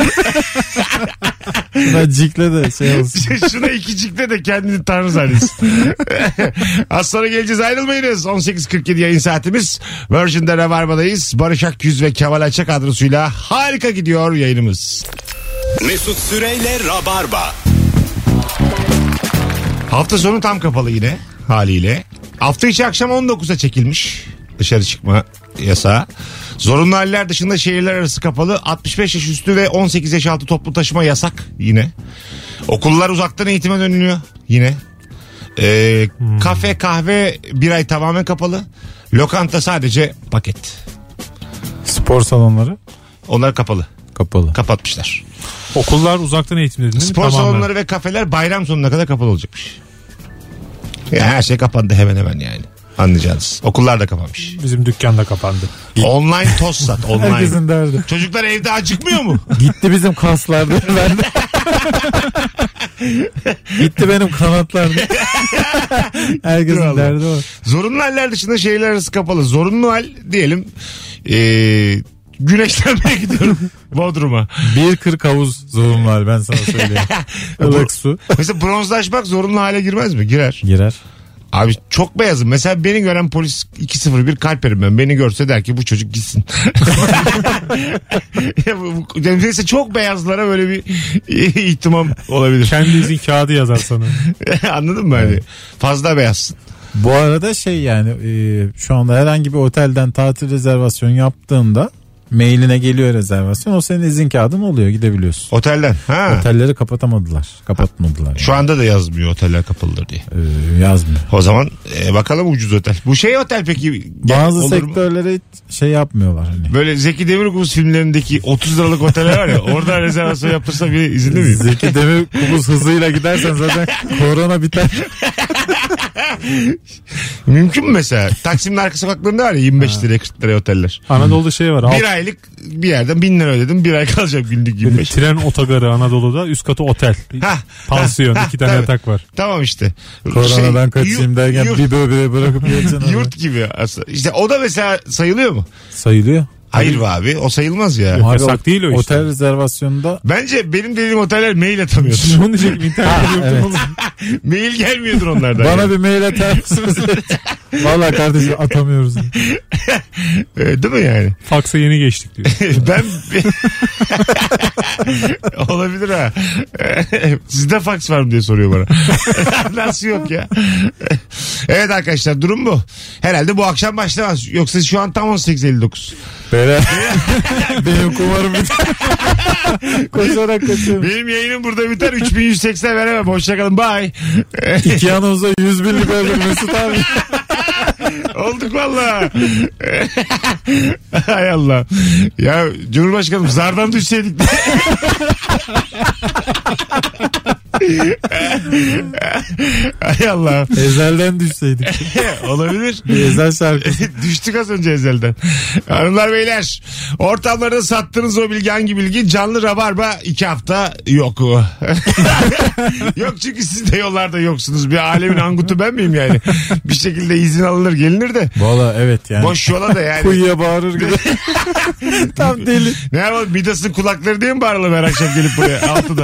Buna cikle de şey olsun. Şuna ikicikle de kendini tanrı zannetsin. Az sonra geleceğiz, ayrılmayınız. on sekiz kırk yedi yayın saatimiz. Virgin'de Rabarba'dayız. Barış Akyüz ve Kemal Açak kadrosuyla harika gidiyor yayınımız. Mesut Süreyle Rabarba. Hafta sonu tam kapalı yine haliyle. Hafta içi akşam on dokuza çekilmiş dışarı çıkma yasağı. Zorunlu haller dışında şehirler arası kapalı. altmış beş yaş üstü ve on sekiz yaş altı toplu taşıma yasak yine. Okullar uzaktan eğitime dönülüyor yine. Ee, Hmm. Kafe, kahve bir ay tamamen kapalı. Lokanta sadece paket. Spor salonları. Onlar kapalı. Kapalı. Kapatmışlar. Okullar uzaktan eğitim dedin değil mi? Spor Tamamen. salonları ve kafeler bayram sonuna kadar kapalı olacakmış. Ya her şey kapandı hemen hemen yani. Anlayacağınız. Okullar da kapanmış. Bizim dükkan da kapandı. Online toz sat. Online. Herkesin derdi. Çocuklar evde acıkmıyor mu? Gitti bizim kaslarda. Ben de. Gitti benim kanatlarda. Herkesin Vallahi. derdi o. Zorunlu haller dışında şehirler arası kapalı. Zorunlu hal diyelim ee, güneşlenmeye gidiyorum Bodrum'a. Bir kırk havuz zorun var ben sana söyleyeyim. Ilık su. Mesela bronzlaşmak zorunlu hale girmez mi? Girer. Girer. Abi çok beyazım. Mesela beni gören polis iki sıfır bir kalperim ben. Beni görse der ki bu çocuk gitsin. Mesela çok beyazlara böyle bir ihtimam olabilir. Kendi izin kağıdı yazar sana. Anladın mı? Hani fazla beyazsın. Bu arada şey yani e, şu anda herhangi bir otelden tatil rezervasyonu yaptığında mailine geliyor rezervasyon. O senin izin kağıdın oluyor, gidebiliyorsun. Otelden. Ha. Otelleri kapatamadılar. Kapatmadılar. Yani. Şu anda da yazmıyor oteller kapalıdır diye. Ee, yazmıyor. O zaman e, bakalım ucuz otel. Bu şey otel peki bazı olur sektörlere hiç şey yapmıyorlar hani. Böyle Zeki Demirkubuz filmlerindeki otuz liralık oteller var ya, orada rezervasyon yaptırsa bir izinli miyim? Zeki Demirkubuz hızıyla gidersen zaten korona biter. Mümkün mü mesela? Taksim'in arka sokaklarında var ya yirmi beş liraya kırk liraya oteller. Anadolu'da şey var. Bir aylık bir yerden bin lira ödedim. Bir ay kalacağım günlük yirmi beş. Tren otogarı Anadolu'da, üst katı otel. Ha, Pansiyon, ha, iki tane tabii. yatak var. Tamam işte. Koronadan Şey, kaçayım yurt- derken yurt- bir böbreğe bırakıp yiyeceksin. Yurt gibi aslında. İşte o da mesela sayılıyor mu? Sayılıyor. Hayır be abi, o sayılmaz ya. Yok, yasak değil o işte. Otel rezervasyonunda Bence benim dediğim oteller mail atamıyordur. Onu diyecektim, internette yoktum evet. oğlum. Mail gelmiyordur onlardan. bana yani. bir mail atar mısınız? Valla kardeşim atamıyoruz. Ee, değil mi yani? Faksa yeni geçtik diyor. Ben olabilir ha. Sizde fax var mı diye soruyor bana. Nasıl yok ya? Evet arkadaşlar, durum bu. Herhalde bu akşam başlamaz. Yoksa şu an tam on sekiz elli dokuz. Beren. Benim kumarım biter. Koşarak kaçıyorum. Benim yayınım burada biter. üç bin yüz seksen veremem. Hoşçakalın. Bye. İki anonsa yüz binlik öldür Mesut abi. Olduk valla. Hay Allah. Ya Cumhurbaşkanım zardan düşseydik. Hay Allah. Ezelden düşseydik. Olabilir. Bir Ezel şarkısı. Düştük az önce ezelden. Hanımlar beyler, ortamlarda sattığınız o bilgi hangi bilgi? Canlı Rabarba iki hafta yok. Yok çünkü siz de yollarda yoksunuz. Bir alemin angutu ben miyim yani? Bir şekilde izin alınır gelinir de. Valla evet yani. Boş yola da yani. Kuyuya bağırır gibi. Tam deli. Ne yapalım, Midas'ın kulakları diye mi bağıralım her akşam gelip buraya altıda?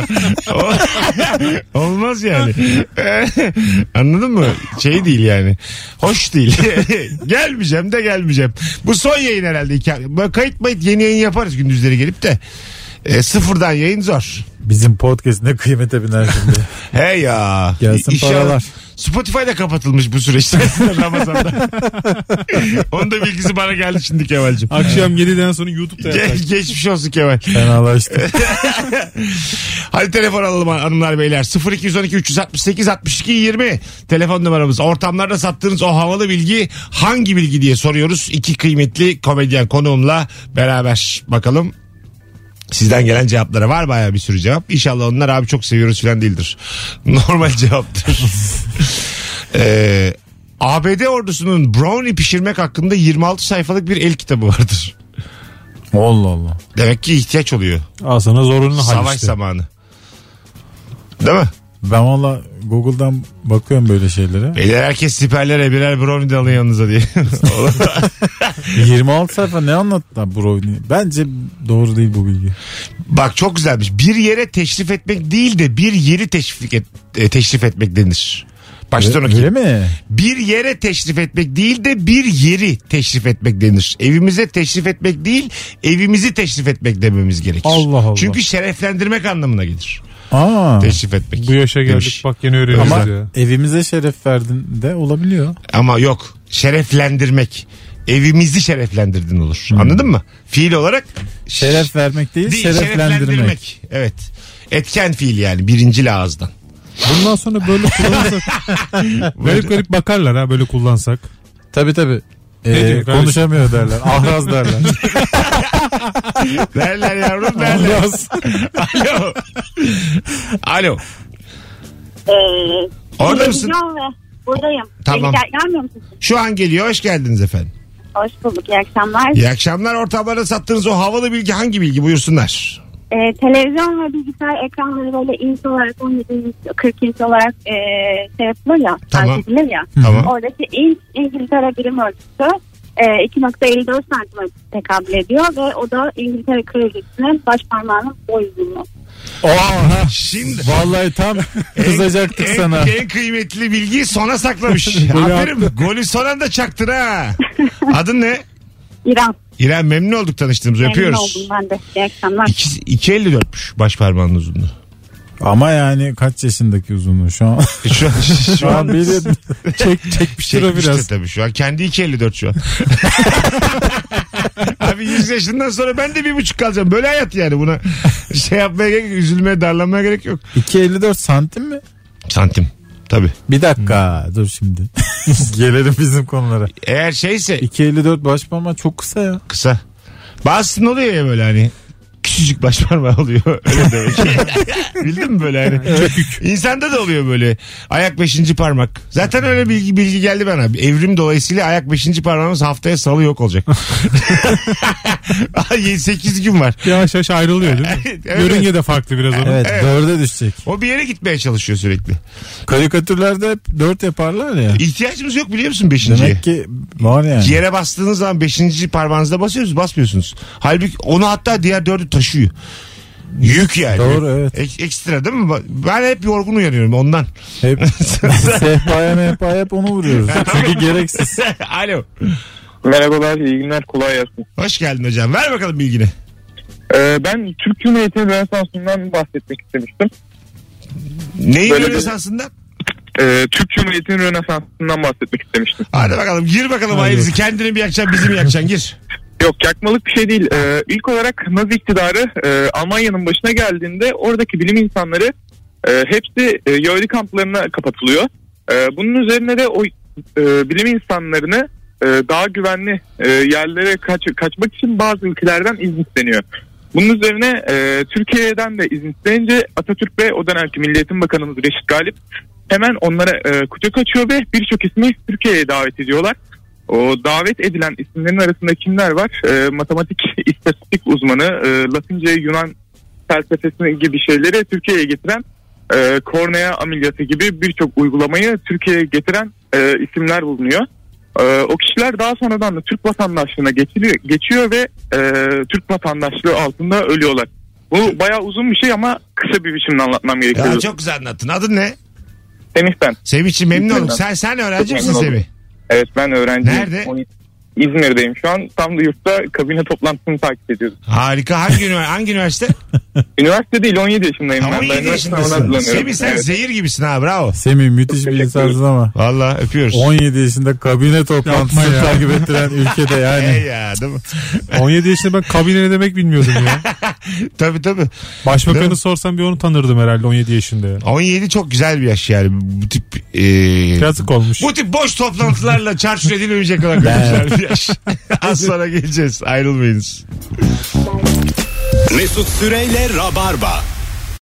Olmaz yani. Anladın mı? Şey değil yani. Hoş değil. Gelmeyeceğim de gelmeyeceğim. Bu son yayın herhalde. Böyle kayıt mayıt yeni yayın yaparız gündüzleri gelip de. E, sıfırdan yayın zor. Bizim podcast ne kıymete biner şimdi. He ya. Gelsin İnşallah. paralar. Spotify'da kapatılmış bu süreçte Ramazan'da. Onun da bilgisi bana geldi şimdi Kemal'cim. Akşam yediden sonra YouTube'da Ge- yaklaştık. geçmiş olsun Kemal. Fenalaştı. Hadi telefon alalım hanımlar beyler. sıfır iki on iki üç altı sekiz altmış iki yirmi telefon numaramız. Ortamlarda sattığınız o havalı bilgi hangi bilgi diye soruyoruz. İki kıymetli komedyen konuğumla beraber bakalım. Sizden gelen cevaplara var bayağı bir sürü cevap. İnşallah onlar abi çok seviyoruz falan değildir. Normal cevaptır. ee, A B D ordusunun brownie pişirmek hakkında yirmi altı sayfalık bir el kitabı vardır. Allah Allah. Demek ki ihtiyaç oluyor. Al sana zorunlu hal Savaş işte. zamanı. Değil mi? Ben valla Google'dan bakıyorum böyle şeylere. Beyler herkes siperlere birer brownie de alın yanınıza diye. yirmi altı sayfa ne anlattılar brownie? Bence doğru değil bu bilgi. Bak çok güzelmiş. Bir yere teşrif etmek değil de bir yeri teşvik et, e, teşrif etmek denir. Baştan Öyle, okuyayım. öyle mi? Bir yere teşrif etmek değil de bir yeri teşrif etmek denir. Evimize teşrif etmek değil, evimizi teşrif etmek dememiz gerekir. Allah Allah. Çünkü şereflendirmek anlamına gelir. Aa. Teşrif etmek. Bu yaşa geldik demiş. bak yeni öğreniyoruz Ama ya. evimize şeref verdin de olabiliyor. Ama yok. Şereflendirmek. Evimizi şereflendirdin olur. Hmm. Anladın mı? Fiil olarak Şeref vermek değil, değil, şereflendirmek. Evet. Etken fiil yani birinci ağızdan. Bundan sonra böyle kullanırsak garip garip bakarlar ha böyle kullansak. Tabii tabii. Ne Ee, diyor kardeşim? konuşamıyor derler. Ahraz derler. Derler yavrum derler. Alo. Alo. Ee, Orada mısın? Ve buradayım. Tamam. Gel, gelmiyor musun? Şu an geliyor. Hoş geldiniz efendim. Hoş bulduk. İyi akşamlar. İyi akşamlar. Ortamlarda sattığınız o havalı bilgi hangi bilgi? Buyursunlar. Ee, televizyon ve bilgisayar ekranları böyle inç olarak on yedi kırk inç olarak e, şey yapılır ya. Tamam. Terk edilir ya. Tamam. Oradaki inç İngiltere birim ölçüsü e, iki nokta elli dört santimetre tekabül ediyor ve o da İngiltere kraliçesinin baş parmağının boy uzunluğu. Oha. Şimdi Vallahi tam kızacaktık en, sana. En kıymetli bilgiyi sona saklamış. Aferin. Golü son anda çaktın ha. Adın ne? İrem. İrem, memnun olduk tanıştığımız. Memnun Öpüyoruz. oldum ben de. İyi akşamlar. iki elli dörtmüş baş parmağının uzunluğu. Ama yani kaç yaşındaki uzunluğu şu an? Şu an, şu Şu an an bir çek çekmiştir o çekmiştir biraz. tabii şu an. Kendi iki elli dört şu an. Abi yüz yaşından sonra ben de bir buçuk kalacağım. Böyle hayat yani, buna şey yapmaya gerek yok. Üzülmeye, darlanmaya gerek yok. iki elli dört santim mi? Santim. Tabii. Bir dakika dur şimdi. Gelelim bizim konulara. Eğer şeyse iki elli dört baş parmağı çok kısa ya. kısa. Bazısında oluyor ya böyle hani küçücük baş parmağı oluyor. Öyle demek. Bildin mi böyle hani? İnsanda da oluyor böyle. Ayak beşinci parmak. Zaten öyle bilgi bilgi geldi bana. Evrim dolayısıyla ayak beşinci parmağımız haftaya salı yok olacak. sekiz gün var. Yavaş yavaş ayrılıyor değil mi? Evet. Yörünge de farklı biraz onun. Evet, Evet. dörde düşecek. O bir yere gitmeye çalışıyor sürekli. Karikatürlerde hep dört yaparlar ya. İhtiyacımız yok biliyor musun beşinciye? Demek ki var yani. Yere bastığınız zaman beşinci parmağınızda basıyorsunuz, basmıyorsunuz. Halbuki onu hatta diğer dördü taşıyor. Yük yani. Doğru, evet. Ek- ekstra değil mi? Ben hep yorgun uyanıyorum ondan. Hep sehpaya mehpaya hep onu vuruyoruz. Çünkü gereksiz. Alo. Merhabalar, iyi günler, kolay gelsin. Hoş geldin hocam. Ver bakalım bilgini. Ee, ben Türk Cumhuriyeti Rönesansı'ndan bahsetmek istemiştim. Neyin Böyle Rönesans'ından? Ee, Türk Cumhuriyeti'nin Rönesansı'ndan bahsetmek istemiştim. Hadi bakalım gir bakalım hayırlısı. Kendini bir yakacaksın, bizi mi yakacaksın? Gir. Yok, yakmalık bir şey değil. Ee, ilk olarak Nazi iktidarı e, Almanya'nın başına geldiğinde oradaki bilim insanları e, hepsi e, Yahudi kamplarına kapatılıyor. E, bunun üzerine de o e, bilim insanlarını e, daha güvenli e, yerlere kaç, kaçmak için bazı ülkelerden izin isteniyor. Bunun üzerine e, Türkiye'den de izin isteyince Atatürk ve o dönemki Milli Eğitim Bakanımız Reşit Galip hemen onlara e, kucak açıyor ve birçok ismi Türkiye'ye davet ediyorlar. O davet edilen isimlerin arasında kimler var? E, matematik, istatistik uzmanı, e, Latince, Yunan felsefesi gibi şeyleri Türkiye'ye getiren, e, kornea ameliyatı gibi birçok uygulamayı Türkiye'ye getiren e, isimler bulunuyor. E, o kişiler daha sonradan da Türk vatandaşlığına geçiliyor, geçiyor ve e, Türk vatandaşlığı altında ölüyorlar. Bu bayağı uzun bir şey ama kısa bir biçimde anlatmam gerekiyor. Ya çok güzel anlattın. Adın ne? Semih ben. Semih'ciğim memnun Semih oldum. ben. Sen, sen öğrenci Çok misin memnun Semih? oldum. Evet, ben öğrenciyim. Nerede? İzmir'deyim şu an. Tam da yurtta kabine toplantısını takip ediyoruz. Harika. Hangi, ünivers- hangi üniversite? Üniversite değil, on yedi yaşındayım. Ha, ben. on Ben yedi üniversite sınavına yaşındasın. hazırlanıyorum. Semih sen Evet. zehir gibisin ha, bravo. Semih müthiş bir insansın ama. Valla öpüyoruz. on yedi yaşında kabine toplantısını Yapma ya. takip ettiren ülkede yani. Hey ya değil mi? on yedi yaşında ben kabine ne demek bilmiyordum ya. Tabii tabii. Değil Başbakanı mi? sorsam bir onu tanırdım herhalde on yedi yaşında. Ya. on yedi çok güzel bir yaş yani. Bu tip e, Yazık olmuş. bu tip boş toplantılarla çarşur edilmeyecek kadar güzel bir yaş. Az sonra geleceğiz. Ayrılmayınız. Mesut Süreyle Rabarba.